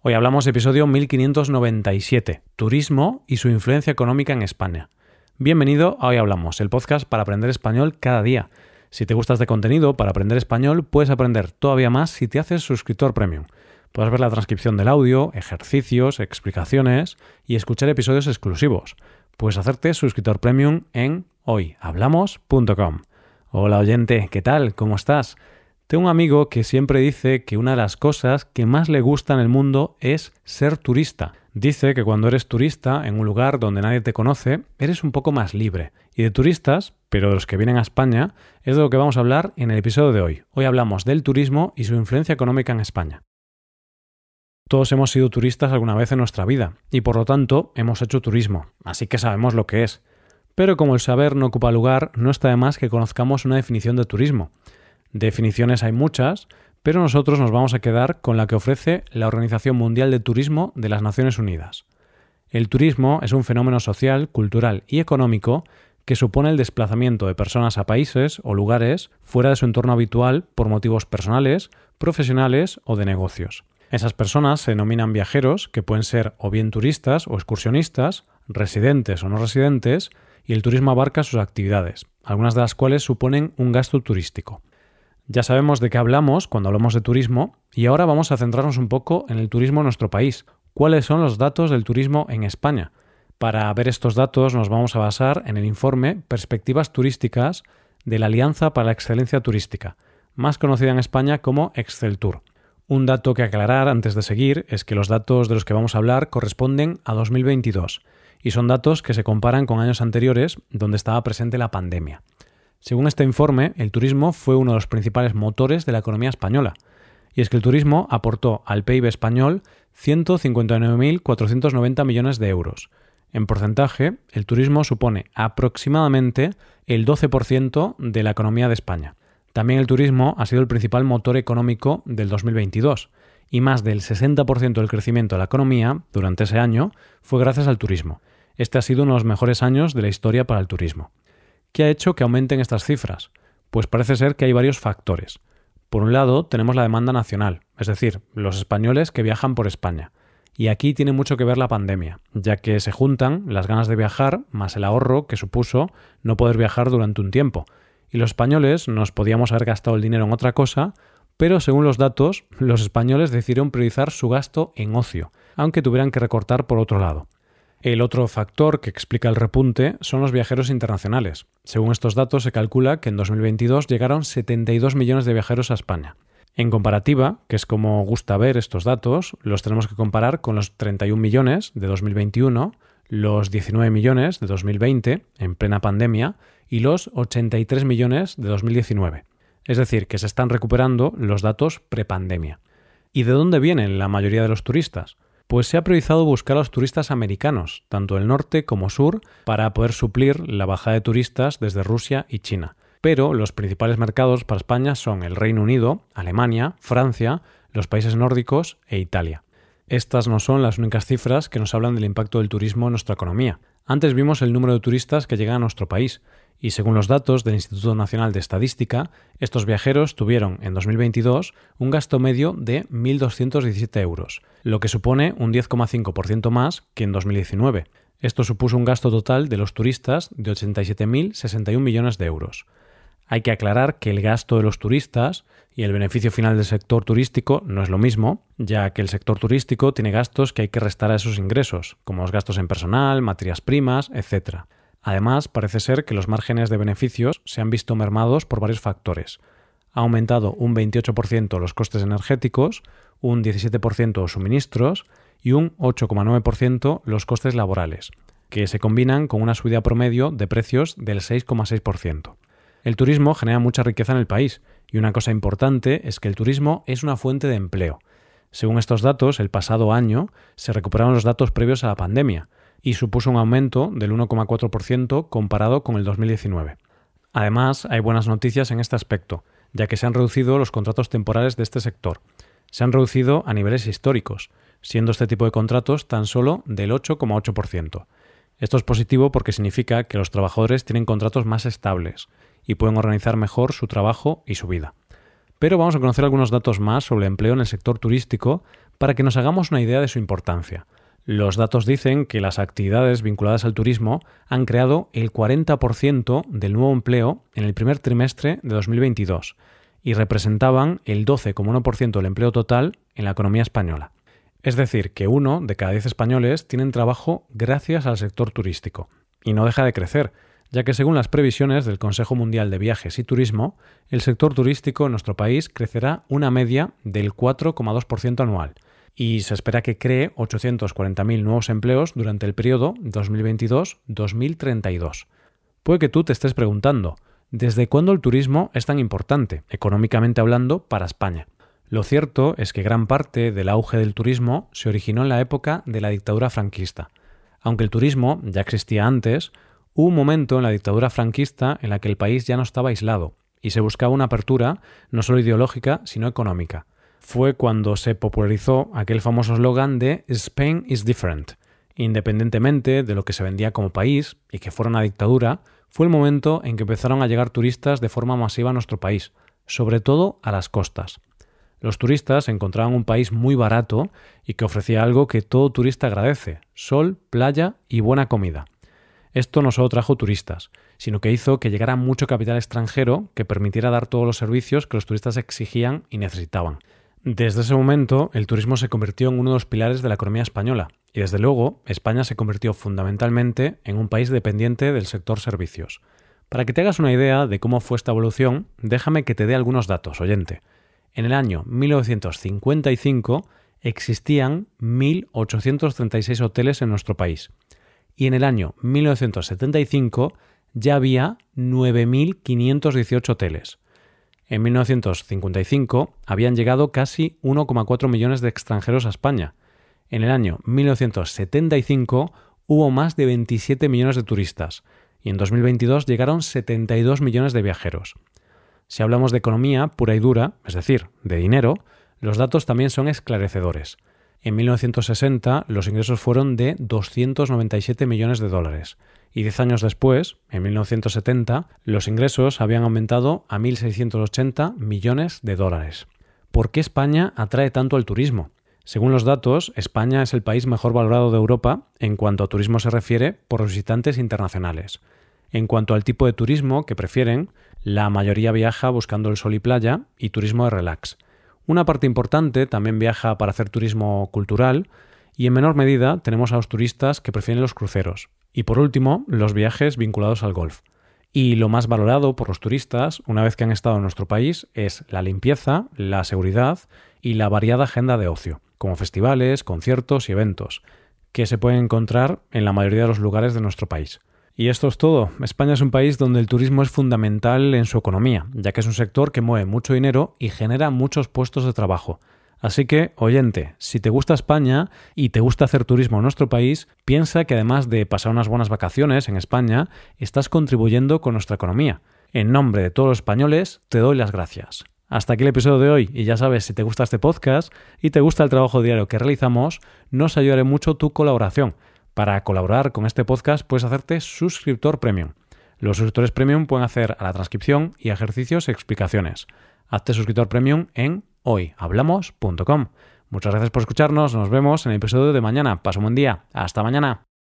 Hoy hablamos episodio 1597, Turismo y su influencia económica en España. Bienvenido a Hoy Hablamos, el podcast para aprender español cada día. Si te gusta este contenido para aprender español, puedes aprender todavía más si te haces suscriptor premium. Puedes ver la transcripción del audio, ejercicios, explicaciones y escuchar episodios exclusivos. Puedes hacerte suscriptor premium en hoyhablamos.com. Hola oyente, ¿qué tal? ¿Cómo estás? Tengo un amigo que siempre dice que una de las cosas que más le gusta en el mundo es ser turista. Dice que cuando eres turista en un lugar donde nadie te conoce, eres un poco más libre. Y de turistas, pero de los que vienen a España, es de lo que vamos a hablar en el episodio de hoy. Hoy hablamos del turismo y su influencia económica en España. Todos hemos sido turistas alguna vez en nuestra vida y por lo tanto hemos hecho turismo, así que sabemos lo que es. Pero como el saber no ocupa lugar, no está de más que conozcamos una definición de turismo. Definiciones hay muchas, pero nosotros nos vamos a quedar con la que ofrece la Organización Mundial de Turismo de las Naciones Unidas. El turismo es un fenómeno social, cultural y económico que supone el desplazamiento de personas a países o lugares fuera de su entorno habitual por motivos personales, profesionales o de negocios. Esas personas se denominan viajeros, que pueden ser o bien turistas o excursionistas, residentes o no residentes, y el turismo abarca sus actividades, algunas de las cuales suponen un gasto turístico. Ya sabemos de qué hablamos cuando hablamos de turismo y ahora vamos a centrarnos un poco en el turismo en nuestro país. ¿Cuáles son los datos del turismo en España? Para ver estos datos nos vamos a basar en el informe Perspectivas Turísticas de la Alianza para la Excelencia Turística, más conocida en España como Exceltur. Un dato que aclarar antes de seguir es que los datos de los que vamos a hablar corresponden a 2022 y son datos que se comparan con años anteriores donde estaba presente la pandemia. Según este informe, el turismo fue uno de los principales motores de la economía española. Y es que el turismo aportó al PIB español 159.490 millones de euros. En porcentaje, el turismo supone aproximadamente el 12% de la economía de España. También el turismo ha sido el principal motor económico del 2022 y más del 60% del crecimiento de la economía durante ese año fue gracias al turismo. Este ha sido uno de los mejores años de la historia para el turismo. ¿Qué ha hecho que aumenten estas cifras? Pues parece ser que hay varios factores. Por un lado, tenemos la demanda nacional, es decir, los españoles que viajan por España. Y aquí tiene mucho que ver la pandemia, ya que se juntan las ganas de viajar más el ahorro que supuso no poder viajar durante un tiempo. Y los españoles nos podíamos haber gastado el dinero en otra cosa, pero según los datos, los españoles decidieron priorizar su gasto en ocio, aunque tuvieran que recortar por otro lado. El otro factor que explica el repunte son los viajeros internacionales. Según estos datos, se calcula que en 2022 llegaron 72 millones de viajeros a España. En comparativa, que es como gusta ver estos datos, los tenemos que comparar con los 31 millones de 2021, los 19 millones de 2020, en plena pandemia, y los 83 millones de 2019. Es decir, que se están recuperando los datos prepandemia. ¿Y de dónde vienen la mayoría de los turistas? Pues se ha priorizado buscar a los turistas americanos, tanto del norte como sur, para poder suplir la bajada de turistas desde Rusia y China. Pero los principales mercados para España son el Reino Unido, Alemania, Francia, los países nórdicos e Italia. Estas no son las únicas cifras que nos hablan del impacto del turismo en nuestra economía. Antes vimos el número de turistas que llegan a nuestro país y según los datos del Instituto Nacional de Estadística, estos viajeros tuvieron en 2022 un gasto medio de 1.217 euros, lo que supone un 10,5% más que en 2019. Esto supuso un gasto total de los turistas de 87.061 millones de euros. Hay que aclarar que el gasto de los turistas y el beneficio final del sector turístico no es lo mismo, ya que el sector turístico tiene gastos que hay que restar a esos ingresos, como los gastos en personal, materias primas, etc. Además, parece ser que los márgenes de beneficios se han visto mermados por varios factores. Ha aumentado un 28% los costes energéticos, un 17% los suministros y un 8,9% los costes laborales, que se combinan con una subida promedio de precios del 6,6%. El turismo genera mucha riqueza en el país y una cosa importante es que el turismo es una fuente de empleo. Según estos datos, el pasado año se recuperaron los datos previos a la pandemia y supuso un aumento del 1,4% comparado con el 2019. Además, hay buenas noticias en este aspecto, ya que se han reducido los contratos temporales de este sector. Se han reducido a niveles históricos, siendo este tipo de contratos tan solo del 8,8%. Esto es positivo porque significa que los trabajadores tienen contratos más estables y pueden organizar mejor su trabajo y su vida. Pero vamos a conocer algunos datos más sobre el empleo en el sector turístico para que nos hagamos una idea de su importancia. Los datos dicen que las actividades vinculadas al turismo han creado el 40% del nuevo empleo en el primer trimestre de 2022 y representaban el 12,1% del empleo total en la economía española. Es decir, que 1 de cada 10 españoles tienen trabajo gracias al sector turístico. Y no deja de crecer, ya que según las previsiones del Consejo Mundial de Viajes y Turismo, el sector turístico en nuestro país crecerá una media del 4,2% anual y se espera que cree 840.000 nuevos empleos durante el periodo 2022-2032. Puede que tú te estés preguntando, ¿desde cuándo el turismo es tan importante, económicamente hablando, para España? Lo cierto es que gran parte del auge del turismo se originó en la época de la dictadura franquista. Aunque el turismo ya existía antes, hubo un momento en la dictadura franquista en la que el país ya no estaba aislado y se buscaba una apertura no solo ideológica, sino económica. Fue cuando se popularizó aquel famoso eslogan de Spain is different. Independientemente de lo que se vendía como país y que fuera una dictadura, fue el momento en que empezaron a llegar turistas de forma masiva a nuestro país, sobre todo a las costas. Los turistas encontraban un país muy barato y que ofrecía algo que todo turista agradece: sol, playa y buena comida. Esto no solo trajo turistas, sino que hizo que llegara mucho capital extranjero que permitiera dar todos los servicios que los turistas exigían y necesitaban. Desde ese momento, el turismo se convirtió en uno de los pilares de la economía española y, desde luego, España se convirtió fundamentalmente en un país dependiente del sector servicios. Para que te hagas una idea de cómo fue esta evolución, déjame que te dé algunos datos, oyente. En el año 1955 existían 1.836 hoteles en nuestro país. Y en el año 1975 ya había 9.518 hoteles. En 1955 habían llegado casi 1,4 millones de extranjeros a España. En el año 1975 hubo más de 27 millones de turistas y en 2022 llegaron 72 millones de viajeros. Si hablamos de economía pura y dura, es decir, de dinero, los datos también son esclarecedores. En 1960 los ingresos fueron de 297 millones de dólares y 10 años después, en 1970, los ingresos habían aumentado a 1.680 millones de dólares. ¿Por qué España atrae tanto al turismo? Según los datos, España es el país mejor valorado de Europa en cuanto a turismo se refiere por los visitantes internacionales. En cuanto al tipo de turismo que prefieren, la mayoría viaja buscando el sol y playa y turismo de relax. Una parte importante también viaja para hacer turismo cultural y en menor medida tenemos a los turistas que prefieren los cruceros. Y por último, los viajes vinculados al golf. Y lo más valorado por los turistas, una vez que han estado en nuestro país, es la limpieza, la seguridad y la variada agenda de ocio, como festivales, conciertos y eventos, que se pueden encontrar en la mayoría de los lugares de nuestro país. Y esto es todo. España es un país donde el turismo es fundamental en su economía, ya que es un sector que mueve mucho dinero y genera muchos puestos de trabajo. Así que, oyente, si te gusta España y te gusta hacer turismo en nuestro país, piensa que además de pasar unas buenas vacaciones en España, estás contribuyendo con nuestra economía. En nombre de todos los españoles, te doy las gracias. Hasta aquí el episodio de hoy y ya sabes, si te gusta este podcast y te gusta el trabajo diario que realizamos, nos ayudará mucho tu colaboración. Para colaborar con este podcast puedes hacerte suscriptor premium. Los suscriptores premium pueden hacer a la transcripción y ejercicios y explicaciones. Hazte suscriptor premium en hoyhablamos.com. Muchas gracias por escucharnos, nos vemos en el episodio de mañana. Pasa un buen día. Hasta mañana.